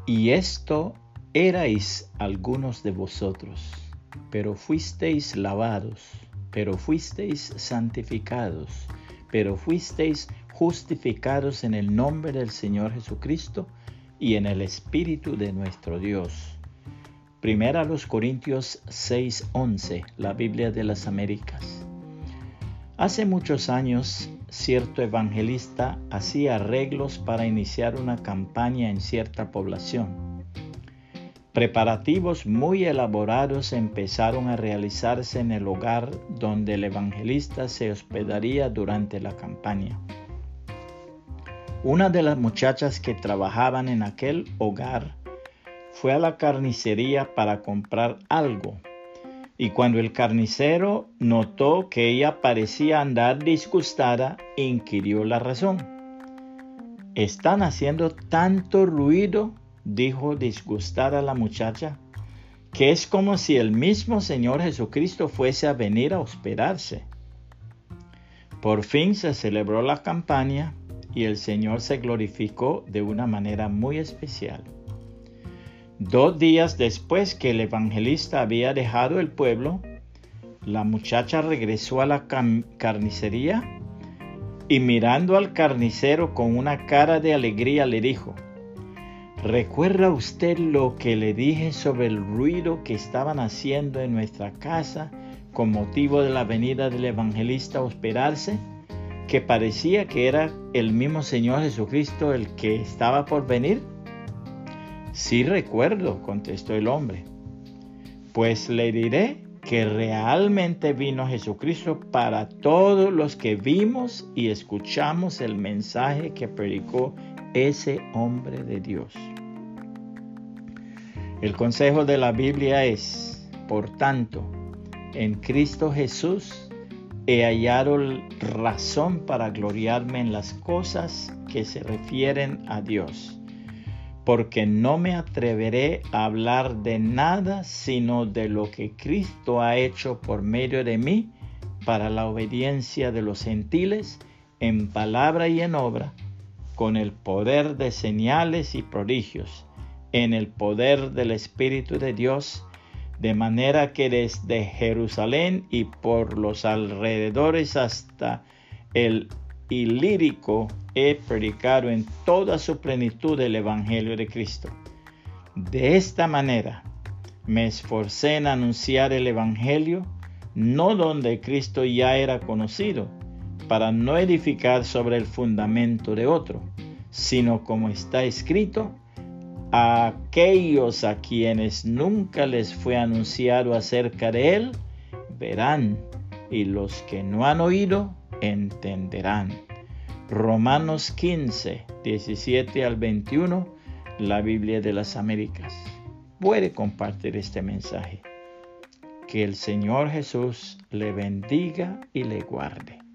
Y esto erais algunos de vosotros, pero fuisteis lavados, pero fuisteis santificados, pero fuisteis justificados en el nombre del Señor Jesucristo y en el Espíritu de nuestro Dios. Primera a los Corintios 6:11, la Biblia de las Américas. Hace muchos años, cierto evangelista hacía arreglos para iniciar una campaña en cierta población. Preparativos muy elaborados empezaron a realizarse en el hogar donde el evangelista se hospedaría durante la campaña. Una de las muchachas que trabajaban en aquel hogar fue a la carnicería para comprar algo, y cuando el carnicero notó que ella parecía andar disgustada, inquirió la razón. «¿Están haciendo tanto ruido?», dijo disgustada la muchacha, «que es como si el mismo Señor Jesucristo fuese a venir a hospedarse». Por fin se celebró la campaña y el Señor se glorificó de una manera muy especial. 2 días después que el evangelista había dejado el pueblo, la muchacha regresó a la carnicería y mirando al carnicero con una cara de alegría le dijo: «¿Recuerda usted lo que le dije sobre el ruido que estaban haciendo en nuestra casa con motivo de la venida del evangelista a hospedarse? Que parecía que era el mismo Señor Jesucristo el que estaba por venir». «Sí recuerdo», contestó el hombre. «Pues le diré que realmente vino Jesucristo para todos los que vimos y escuchamos el mensaje que predicó ese hombre de Dios». El consejo de la Biblia es: por tanto, en Cristo Jesús he hallado razón para gloriarme en las cosas que se refieren a Dios, porque no me atreveré a hablar de nada sino de lo que Cristo ha hecho por medio de mí para la obediencia de los gentiles, en palabra y en obra, con el poder de señales y prodigios, en el poder del Espíritu de Dios, de manera que desde Jerusalén y por los alrededores hasta el Ilírico he predicado en toda su plenitud el Evangelio de Cristo. De esta manera me esforcé en anunciar el Evangelio, no donde Cristo ya era conocido, para no edificar sobre el fundamento de otro, sino como está escrito: «A aquellos a quienes nunca les fue anunciado acerca de él, verán, y los que no han oído, entenderán». Romanos 15, 17 al 21, la Biblia de las Américas. Puede compartir este mensaje. Que el Señor Jesús le bendiga y le guarde.